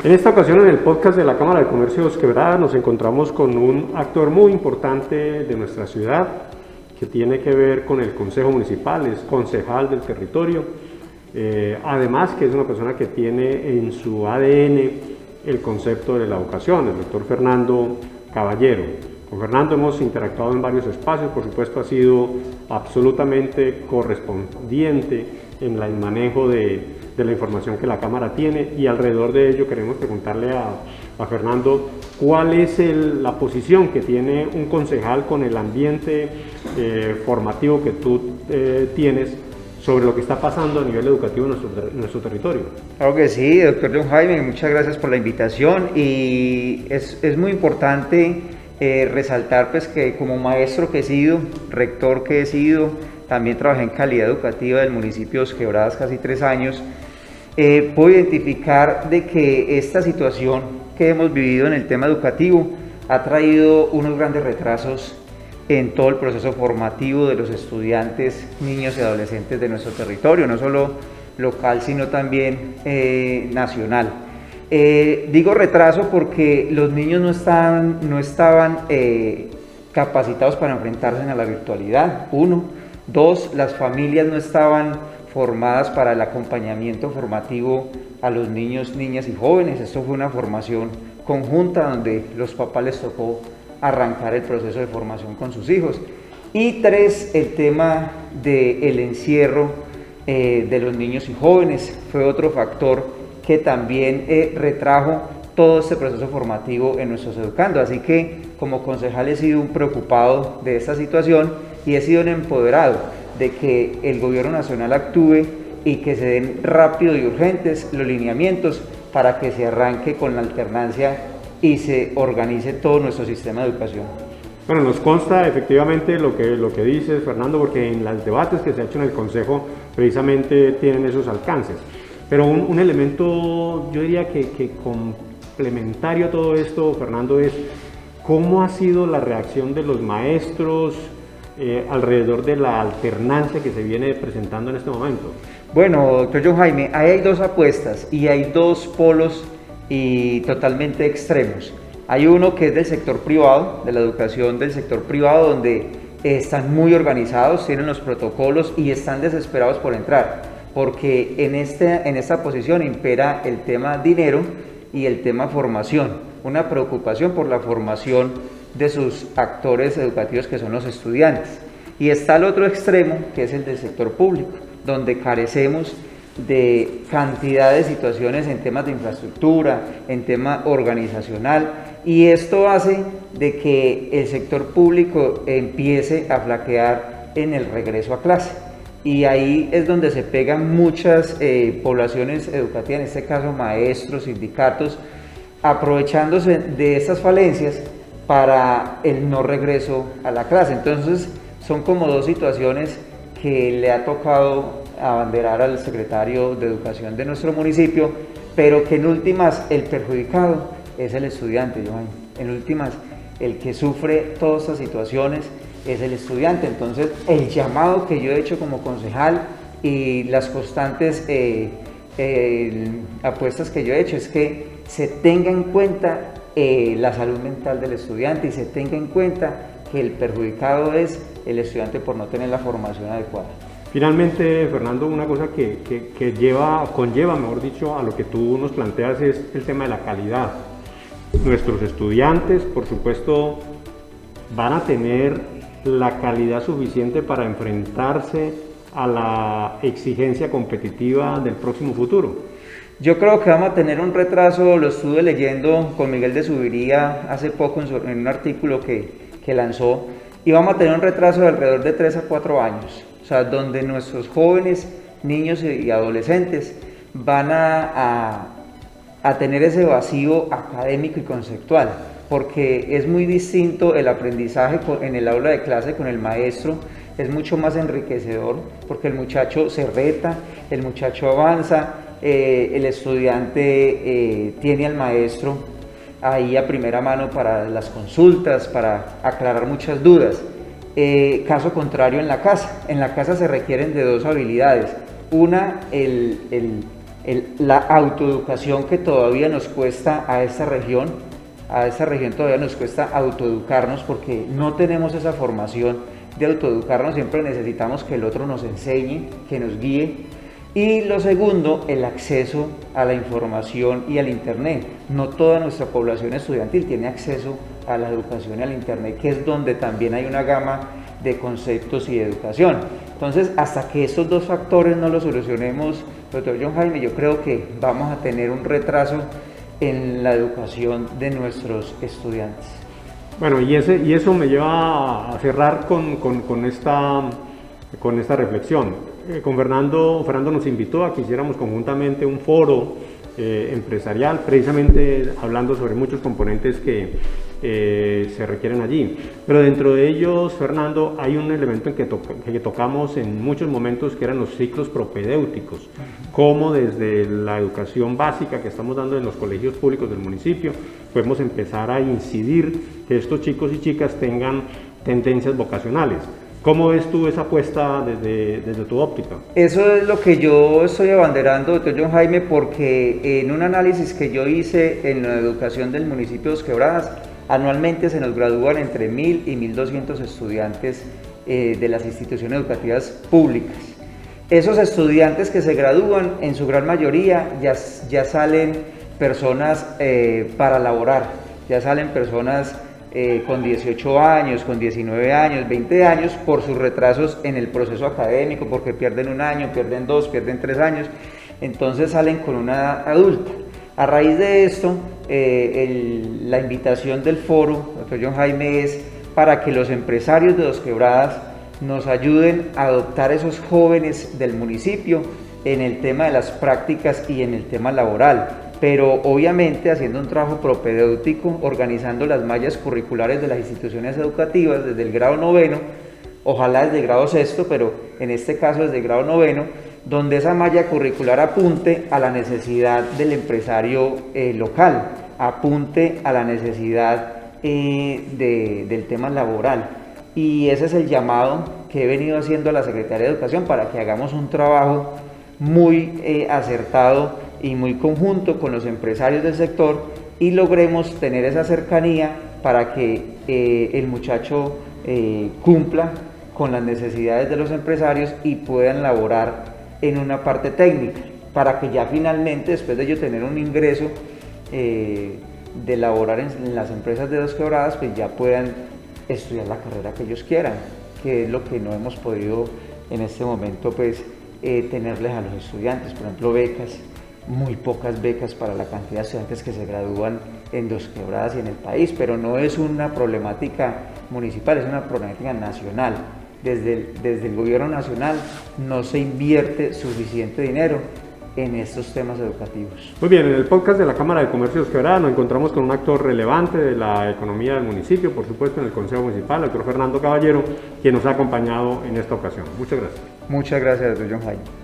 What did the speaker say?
En esta ocasión, en el podcast de la Cámara de Comercio de Dos Quebradas, nos encontramos con un actor muy importante de nuestra ciudad que tiene que ver con el Consejo Municipal, es concejal del territorio, además que es una persona que tiene en su ADN el concepto de la educación, el doctor Fernando Caballero. Con Fernando hemos interactuado en varios espacios, por supuesto ha sido absolutamente correspondiente en el manejo de la información que la Cámara tiene, y alrededor de ello queremos preguntarle a Fernando cuál es la posición que tiene un concejal con el ambiente formativo que tú tienes sobre lo que está pasando a nivel educativo en nuestro territorio. Claro que sí, doctor John Jaime, muchas gracias por la invitación, y es muy importante resaltar pues que como maestro que he sido, rector que he sido, también trabajé en calidad educativa del municipio de Dos Quebradas casi 3 años, puedo identificar de que esta situación que hemos vivido en el tema educativo ha traído unos grandes retrasos en todo el proceso formativo de los estudiantes, niños y adolescentes de nuestro territorio, no solo local sino también nacional. Digo retraso porque los niños no estaban capacitados para enfrentarse a la virtualidad, 1. 2, las familias no estaban formadas para el acompañamiento formativo a los niños, niñas y jóvenes. Esto fue una formación conjunta donde los papás les tocó arrancar el proceso de formación con sus hijos. Y 3, el tema del encierro de los niños y jóvenes fue otro factor que también retrajo todo este proceso formativo en nuestros educandos. Así que como concejal he sido un preocupado de esta situación y he sido un empoderado de que el gobierno nacional actúe y que se den rápido y urgentes los lineamientos para que se arranque con la alternancia y se organice todo nuestro sistema de educación. Bueno, nos consta efectivamente lo que dices, Fernando, porque en los debates que se ha hecho en el Consejo precisamente tienen esos alcances. Pero un elemento, yo diría que complementario a todo esto, Fernando, es cómo ha sido la reacción de los maestros alrededor de la alternancia que se viene presentando en este momento. Bueno, doctor John Jaime, ahí hay 2 apuestas y hay 2 polos y totalmente extremos. Hay uno que es del sector privado, de la educación del sector privado, donde están muy organizados, tienen los protocolos y están desesperados por entrar, porque en esta posición impera el tema dinero y el tema formación, una preocupación por la formación de sus actores educativos que son los estudiantes. Y está el otro extremo, que es el del sector público, donde carecemos de cantidad de situaciones en temas de infraestructura, en tema organizacional, y esto hace de que el sector público empiece a flaquear en el regreso a clase. Y ahí es donde se pegan muchas poblaciones educativas, en este caso maestros, sindicatos, aprovechándose de estas falencias para el no regreso a la clase. Entonces son como 2 situaciones que le ha tocado abanderar al secretario de Educación de nuestro municipio, pero que en últimas el perjudicado es el estudiante, Johan. En últimas el que sufre todas estas situaciones es el estudiante. Entonces el llamado que yo he hecho como concejal y las constantes apuestas que yo he hecho es que se tenga en cuenta la salud mental del estudiante y se tenga en cuenta que el perjudicado es el estudiante por no tener la formación adecuada. Finalmente, Fernando, una cosa que conlleva, mejor dicho, a lo que tú nos planteas es el tema de la calidad. Nuestros estudiantes, por supuesto, van a tener la calidad suficiente para enfrentarse a la exigencia competitiva del próximo futuro. Yo creo que vamos a tener un retraso, lo estuve leyendo con Miguel de Subiría hace poco en un artículo que lanzó, y vamos a tener un retraso de alrededor de 3 a 4 años, o sea, donde nuestros jóvenes, niños y adolescentes van a tener ese vacío académico y conceptual, porque es muy distinto el aprendizaje en el aula de clase con el maestro, es mucho más enriquecedor, porque el muchacho se reta, el muchacho avanza, el estudiante tiene al maestro ahí a primera mano para las consultas, para aclarar muchas dudas. Caso contrario en la casa se requieren de 2 habilidades. Una, el la autoeducación que todavía nos cuesta a esta región todavía nos cuesta autoeducarnos porque no tenemos esa formación de autoeducarnos, siempre necesitamos que el otro nos enseñe, que nos guíe. Y lo segundo, el acceso a la información y al internet. No toda nuestra población estudiantil tiene acceso a la educación y al internet, que es donde también hay una gama de conceptos y de educación. Entonces, hasta que estos dos factores no los solucionemos, doctor John Jaime, yo creo que vamos a tener un retraso en la educación de nuestros estudiantes. Bueno, y eso me lleva a cerrar con esta reflexión. Con Fernando nos invitó a que hiciéramos conjuntamente un foro empresarial, precisamente hablando sobre muchos componentes que se requieren allí. Pero dentro de ellos, Fernando, hay un elemento en que tocamos en muchos momentos, que eran los ciclos propedéuticos, cómo desde la educación básica que estamos dando en los colegios públicos del municipio, podemos empezar a incidir que estos chicos y chicas tengan tendencias vocacionales. ¿Cómo ves tú esa apuesta desde tu óptica? Eso es lo que yo estoy abanderando, doctor John Jaime, porque en un análisis que yo hice en la educación del municipio de Dos Quebradas, anualmente se nos gradúan entre 1.000 y 1.200 estudiantes de las instituciones educativas públicas. Esos estudiantes que se gradúan, en su gran mayoría, ya salen personas para laborar, ya salen personas con 18 años, con 19 años, 20 años, por sus retrasos en el proceso académico, porque pierden un año, pierden 2, pierden 3 años, entonces salen con una edad adulta. A raíz de esto, la invitación del foro, doctor John Jaime, es para que los empresarios de Dos Quebradas nos ayuden a adoptar esos jóvenes del municipio en el tema de las prácticas y en el tema laboral, pero obviamente haciendo un trabajo propedéutico, organizando las mallas curriculares de las instituciones educativas desde el grado 9, ojalá desde el grado 6, pero en este caso desde el grado 9, donde esa malla curricular apunte a la necesidad del empresario local, apunte a la necesidad del tema laboral. Y ese es el llamado que he venido haciendo a la Secretaría de Educación para que hagamos un trabajo muy acertado y muy conjunto con los empresarios del sector y logremos tener esa cercanía para que el muchacho cumpla con las necesidades de los empresarios y puedan laborar en una parte técnica, para que ya finalmente, después de ello tener un ingreso de laborar en las empresas de Dos Quebradas, pues ya puedan estudiar la carrera que ellos quieran, que es lo que no hemos podido en este momento pues tenerles a los estudiantes, por ejemplo becas, muy pocas becas para la cantidad de estudiantes que se gradúan en Dos Quebradas y en el país, pero no es una problemática municipal, es una problemática nacional. Desde el gobierno nacional no se invierte suficiente dinero en estos temas educativos. Muy bien, en el podcast de la Cámara de Comercio de Dos Quebradas nos encontramos con un actor relevante de la economía del municipio, por supuesto en el Consejo Municipal, el doctor Fernando Caballero, quien nos ha acompañado en esta ocasión. Muchas gracias. Muchas gracias, doctor John Jaime.